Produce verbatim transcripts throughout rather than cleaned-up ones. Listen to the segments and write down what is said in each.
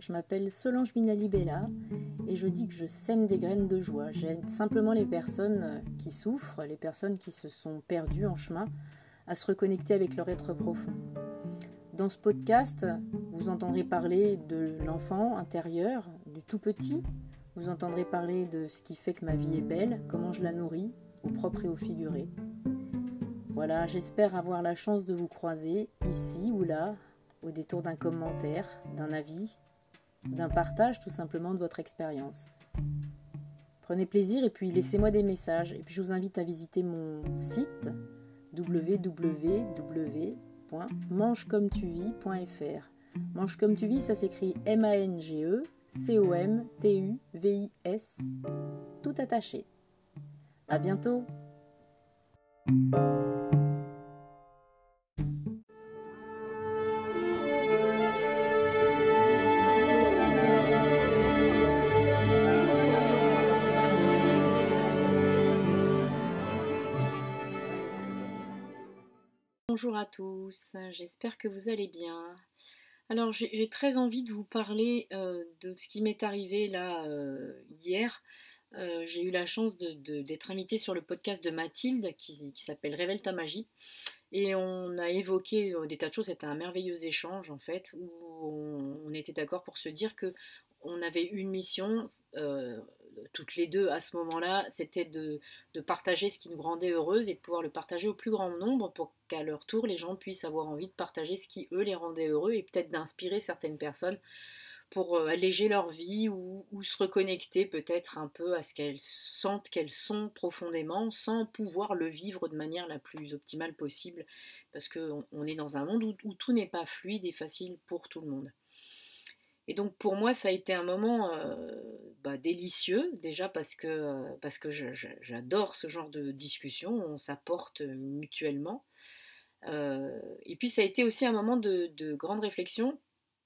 je m'appelle Solange Binali-Bella et je dis que je sème des graines de joie. J'aide simplement les personnes qui souffrent, les personnes qui se sont perdues en chemin, à se reconnecter avec leur être profond. Dans ce podcast, vous entendrez parler de l'enfant intérieur, du tout petit. Vous entendrez parler de ce qui fait que ma vie est belle, comment je la nourris, au propre et au figuré. Voilà, j'espère avoir la chance de vous croiser, ici ou là, au détour d'un commentaire, d'un avis, d'un partage tout simplement de votre expérience. Prenez plaisir et puis laissez-moi des messages. Et puis je vous invite à visiter mon site w w w point mange comme tu vis point f r. Mange comme tu vis, ça s'écrit M A N G E C O M T U V I S, tout attaché. À bientôt. Bonjour à tous, j'espère que vous allez bien. Alors j'ai, j'ai très envie de vous parler euh, de ce qui m'est arrivé là euh, hier. Euh, j'ai eu la chance de, de, d'être invitée sur le podcast de Mathilde qui, qui s'appelle Révèle ta magie. Et on a évoqué euh, des tas de choses, c'était un merveilleux échange en fait, où on, on était d'accord pour se dire que on avait une mission, euh, toutes les deux à ce moment-là, c'était de, de partager ce qui nous rendait heureuses et de pouvoir le partager au plus grand nombre pour qu'à leur tour, les gens puissent avoir envie de partager ce qui, eux, les rendait heureux et peut-être d'inspirer certaines personnes pour euh, alléger leur vie ou, ou se reconnecter peut-être un peu à ce qu'elles sentent qu'elles sont profondément sans pouvoir le vivre de manière la plus optimale possible parce qu'on on est dans un monde où, où tout n'est pas fluide et facile pour tout le monde. Et donc pour moi ça a été un moment euh, bah, délicieux déjà parce que, parce que je, je, j'adore ce genre de discussion, on s'apporte mutuellement. Euh, et puis ça a été aussi un moment de, de grande réflexion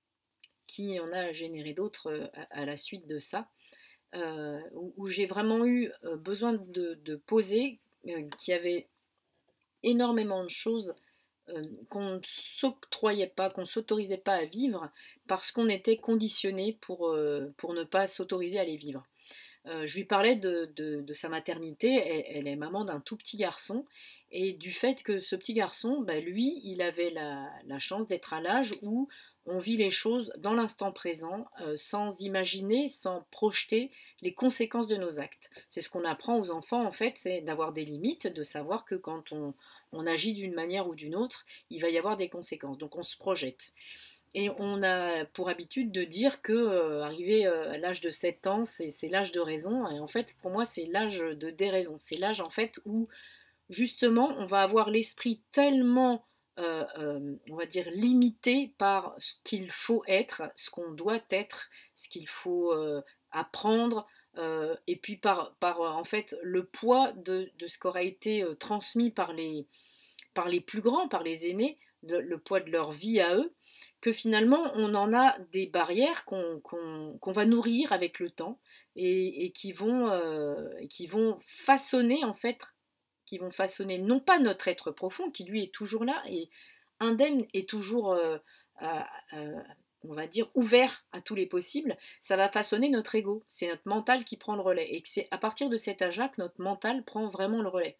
qui en a généré d'autres à, à la suite de ça, euh, où, où j'ai vraiment eu besoin de, de poser, euh, qu'il y avait énormément de choses euh, qu'on ne s'octroyait pas, qu'on ne s'autorisait pas à vivre parce qu'on était conditionné pour, euh, pour ne pas s'autoriser à les vivre. Euh, je lui parlais de, de, de sa maternité, elle, elle est maman d'un tout petit garçon, et du fait que ce petit garçon, bah, lui, il avait la, la chance d'être à l'âge où on vit les choses dans l'instant présent, euh, sans imaginer, sans projeter les conséquences de nos actes. C'est ce qu'on apprend aux enfants, en fait, c'est d'avoir des limites, de savoir que quand on, on agit d'une manière ou d'une autre, il va y avoir des conséquences. Donc on se projette. Et on a pour habitude de dire que euh, arrivé euh, à l'âge de sept ans, c'est, c'est l'âge de raison. Et en fait, pour moi, c'est l'âge de déraison. C'est l'âge en fait où justement, on va avoir l'esprit tellement, euh, euh, on va dire, limité par ce qu'il faut être, ce qu'on doit être, ce qu'il faut euh, apprendre, euh, et puis par, par en fait le poids de, de ce qu'aura été euh, transmis par les, par les plus grands, par les aînés, le, le poids de leur vie à eux, que finalement on en a des barrières qu'on, qu'on, qu'on va nourrir avec le temps et, et qui, vont, euh, qui vont façonner en fait, qui vont façonner non pas notre être profond qui lui est toujours là et indemne est toujours euh, euh, euh, on va dire ouvert à tous les possibles, ça va façonner notre ego, c'est notre mental qui prend le relais et que c'est à partir de cet âge-là que notre mental prend vraiment le relais.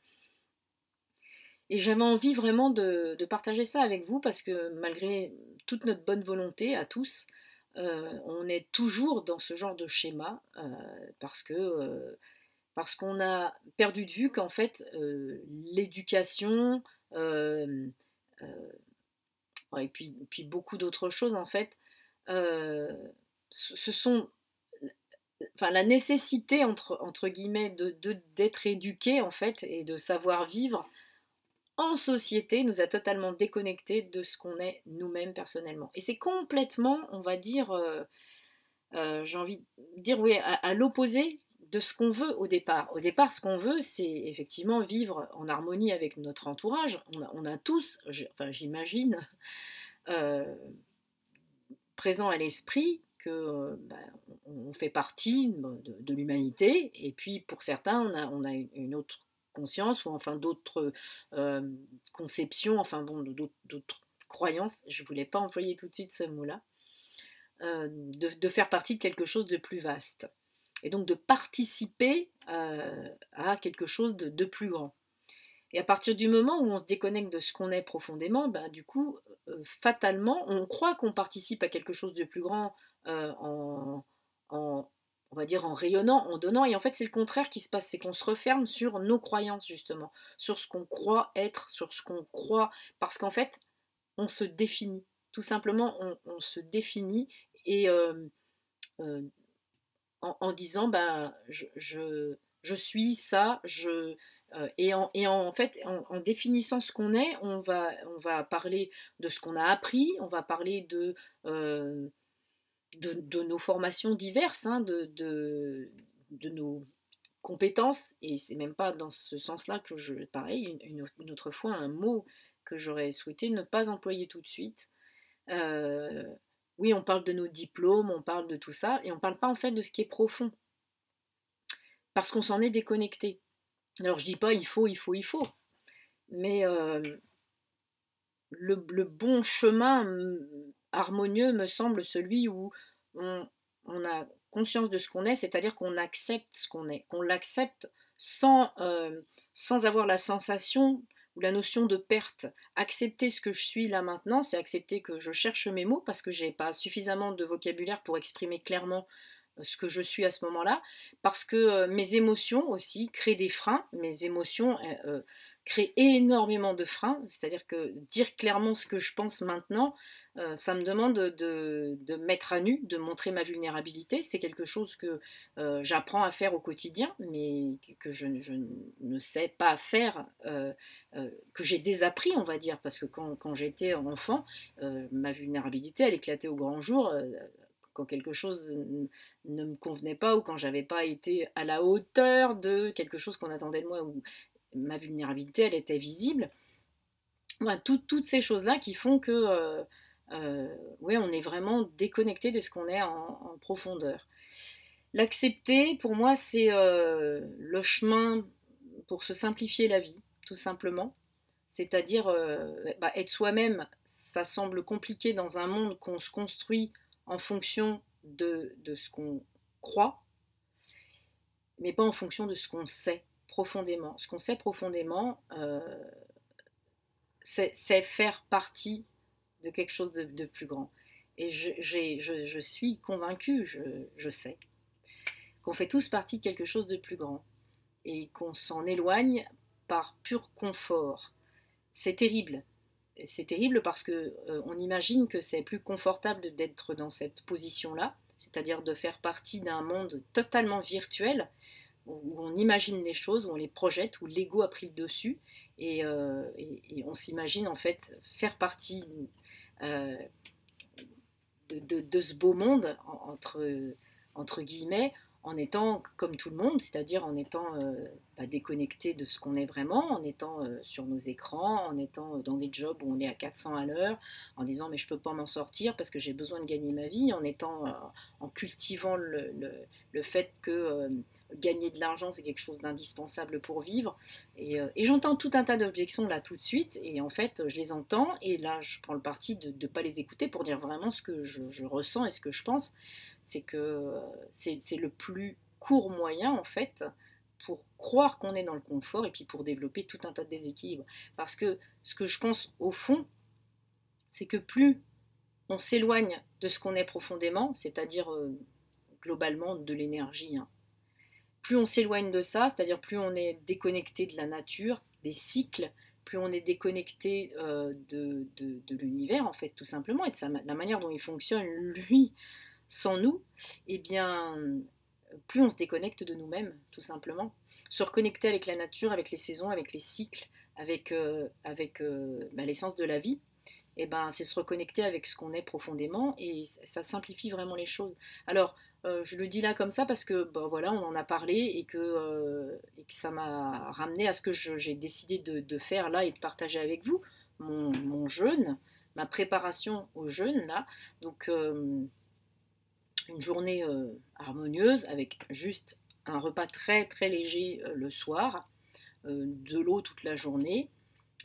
Et j'avais envie vraiment de, de partager ça avec vous parce que malgré toute notre bonne volonté à tous, euh, on est toujours dans ce genre de schéma euh, parce que euh, parce qu'on a perdu de vue qu'en fait euh, l'éducation euh, euh, et puis, puis beaucoup d'autres choses en fait, euh, ce sont enfin la nécessité entre, entre guillemets de, de, d'être éduqué en fait et de savoir vivre en société nous a totalement déconnectés de ce qu'on est nous-mêmes personnellement. Et c'est complètement, on va dire, euh, euh, j'ai envie de dire, oui, à, à l'opposé de ce qu'on veut au départ. Au départ, ce qu'on veut, c'est effectivement vivre en harmonie avec notre entourage. On a, on a tous, enfin j'imagine, euh, présent à l'esprit que euh, bah, on fait partie de, de l'humanité, et puis pour certains, on a, on a une autre conscience ou enfin d'autres euh, conceptions, enfin bon, d'autres, d'autres croyances. Je ne voulais pas employer tout de suite ce mot-là. euh, de, de faire partie de quelque chose de plus vaste. Et donc de participer euh, à quelque chose de, de plus grand. Et à partir du moment où on se déconnecte de ce qu'on est profondément, bah, du coup, euh, fatalement, on croit qu'on participe à quelque chose de plus grand euh, en, en, on va dire en rayonnant, en donnant. Et en fait, c'est le contraire qui se passe, c'est qu'on se referme sur nos croyances, justement, sur ce qu'on croit être, sur ce qu'on croit, parce qu'en fait, on se définit. Tout simplement, on, on se définit et euh, euh, en, en disant, bah, je, je, je suis ça, je, euh, et, en, et en fait, en, en définissant ce qu'on est, on va, on va parler de ce qu'on a appris, on va parler de, euh, de, de, nos formations diverses, hein, de, de, de, nos compétences, et c'est même pas dans ce sens-là que je, pareil, une, une autre fois, un mot que j'aurais souhaité ne pas employer tout de suite. Euh, oui, on parle de nos diplômes, on parle de tout ça, et on parle pas en fait de ce qui est profond, parce qu'on s'en est déconnecté. Alors je dis pas il faut, il faut, il faut, mais euh, le, le, bon chemin harmonieux me semble celui où on, on a conscience de ce qu'on est, c'est-à-dire qu'on accepte ce qu'on est, qu'on l'accepte sans, euh, sans avoir la sensation ou la notion de perte. Accepter ce que je suis là maintenant, c'est accepter que je cherche mes mots parce que j'ai pas suffisamment de vocabulaire pour exprimer clairement ce que je suis à ce moment-là, parce que euh, mes émotions aussi créent des freins, mes émotions euh, créent énormément de freins, c'est-à-dire que dire clairement ce que je pense maintenant, euh, ça me demande de, de mettre à nu, de montrer ma vulnérabilité, c'est quelque chose que euh, j'apprends à faire au quotidien, mais que je, je ne sais pas faire, euh, euh, que j'ai désappris, on va dire, parce que quand, quand j'étais enfant, euh, ma vulnérabilité, elle éclatait au grand jour, euh, quand quelque chose ne me convenait pas ou quand j'avais pas été à la hauteur de quelque chose qu'on attendait de moi ou ma vulnérabilité elle était visible. Voilà, tout, toutes ces choses là qui font que euh, euh, ouais, on est vraiment déconnecté de ce qu'on est en, en profondeur. L'accepter pour moi c'est euh, le chemin pour se simplifier la vie tout simplement, c'est-à-dire euh, bah, être soi-même. Ça semble compliqué dans un monde qu'on se construit en fonction de, de ce qu'on croit, mais pas en fonction de ce qu'on sait profondément. Ce qu'on sait profondément, euh, c'est, c'est faire partie de quelque chose de, de plus grand. Et je, j'ai, je, je suis convaincue, je, je sais, qu'on fait tous partie de quelque chose de plus grand et qu'on s'en éloigne par pur confort. C'est terrible. C'est terrible parce que euh, on imagine que c'est plus confortable d'être dans cette position-là, c'est-à-dire de faire partie d'un monde totalement virtuel où on imagine les choses, où on les projette, où l'ego a pris le dessus, et, euh, et, et on s'imagine en fait faire partie euh, de, de, de, ce beau monde, entre, entre guillemets, en étant comme tout le monde, c'est-à-dire en étant euh, bah, déconnecté de ce qu'on est vraiment, en étant euh, sur nos écrans, en étant dans des jobs où on est à quatre cents à l'heure, en disant mais je ne peux pas m'en sortir parce que j'ai besoin de gagner ma vie, en étant, euh, en cultivant le, le, le fait que euh, gagner de l'argent c'est quelque chose d'indispensable pour vivre. Et, euh, et j'entends tout un tas d'objections là tout de suite, et en fait je les entends, et là je prends le parti de ne pas les écouter pour dire vraiment ce que je, je ressens et ce que je pense. C'est que c'est, c'est le plus court moyen en fait pour croire qu'on est dans le confort et puis pour développer tout un tas de déséquilibres. Parce que ce que je pense au fond, c'est que plus on s'éloigne de ce qu'on est profondément, c'est-à-dire euh, globalement de l'énergie, hein, plus on s'éloigne de ça, c'est-à-dire plus on est déconnecté de la nature, des cycles, plus on est déconnecté euh, de, de, de l'univers en fait tout simplement, et de sa, la manière dont il fonctionne lui sans nous, eh bien, plus on se déconnecte de nous-mêmes, tout simplement. Se reconnecter avec la nature, avec les saisons, avec les cycles, avec, euh, avec euh, bah, l'essence de la vie, eh ben, c'est se reconnecter avec ce qu'on est profondément, et ça simplifie vraiment les choses. Alors, euh, je le dis là comme ça parce que bah, voilà, on en a parlé, et que, euh, et que ça m'a ramené à ce que je, j'ai décidé de, de faire là et de partager avec vous, mon, mon jeûne, ma préparation au jeûne là. Donc, euh, une journée euh, harmonieuse avec juste un repas très très léger euh, le soir, euh, de l'eau toute la journée,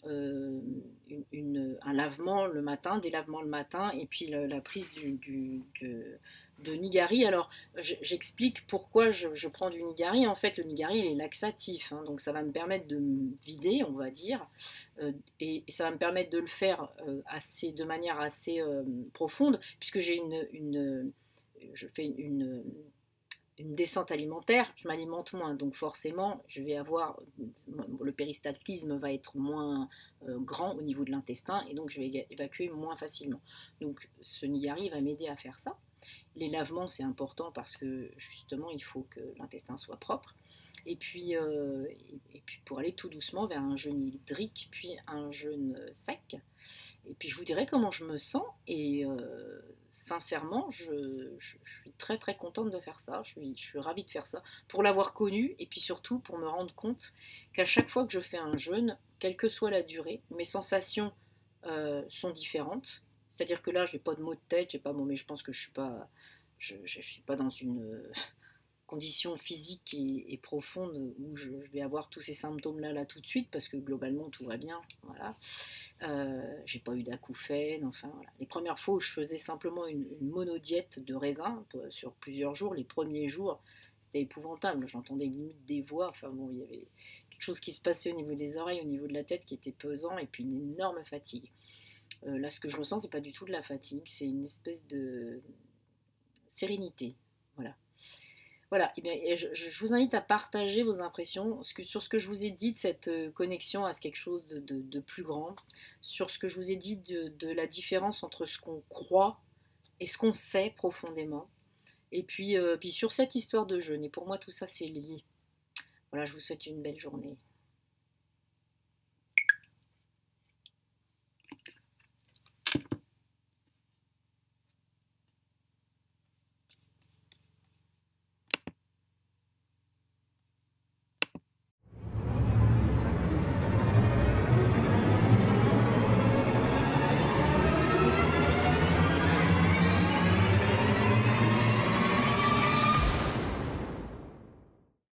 euh, une, une, un lavement le matin, des lavements le matin, et puis la, la prise du, du, de, de Nigari. Alors, j'explique pourquoi je, je, prends du Nigari. En fait, le Nigari, il est laxatif, hein, donc ça va me permettre de me vider, on va dire, euh, et, et ça va me permettre de le faire euh, assez, de manière assez euh, profonde, puisque j'ai une, une, je fais une, une une descente alimentaire, je m'alimente moins, donc forcément, je vais avoir, le péristaltisme va être moins euh, grand au niveau de l'intestin, et donc je vais évacuer moins facilement. Donc ce Nigari va m'aider à faire ça. Les lavements, c'est important parce que justement, il faut que l'intestin soit propre. Et puis, euh, et, et puis pour aller tout doucement vers un jeûne hydrique, puis un jeûne sec. Et puis je vous dirai comment je me sens. Et euh, sincèrement, je, je, je suis très très contente de faire ça. Je suis, je suis ravie de faire ça pour l'avoir connu et puis surtout pour me rendre compte qu'à chaque fois que je fais un jeûne, quelle que soit la durée, mes sensations euh, sont différentes. C'est-à-dire que là, je n'ai pas de maux de tête, j'ai pas bon, mais je pense que je suis pas, je, je, je suis pas dans une euh, condition physique et, et profonde où je, je vais avoir tous ces symptômes-là là tout de suite parce que globalement tout va bien. Voilà. Euh, j'ai pas eu d'acouphènes, enfin voilà. Les premières fois où je faisais simplement une, une monodiète de raisin sur plusieurs jours, les premiers jours, c'était épouvantable. J'entendais limite des voix, enfin bon, il y avait quelque chose qui se passait au niveau des oreilles, au niveau de la tête qui était pesant et puis une énorme fatigue. Euh, là, ce que je ressens, c'est pas du tout de la fatigue, c'est une espèce de sérénité. Voilà. Voilà, et bien, je, je, vous invite à partager vos impressions ce que, sur ce que je vous ai dit de cette connexion à quelque chose de, de, de plus grand, sur ce que je vous ai dit de, de la différence entre ce qu'on croit et ce qu'on sait profondément. Et puis, euh, puis sur cette histoire de jeûne, et pour moi tout ça c'est lié. Voilà, je vous souhaite une belle journée.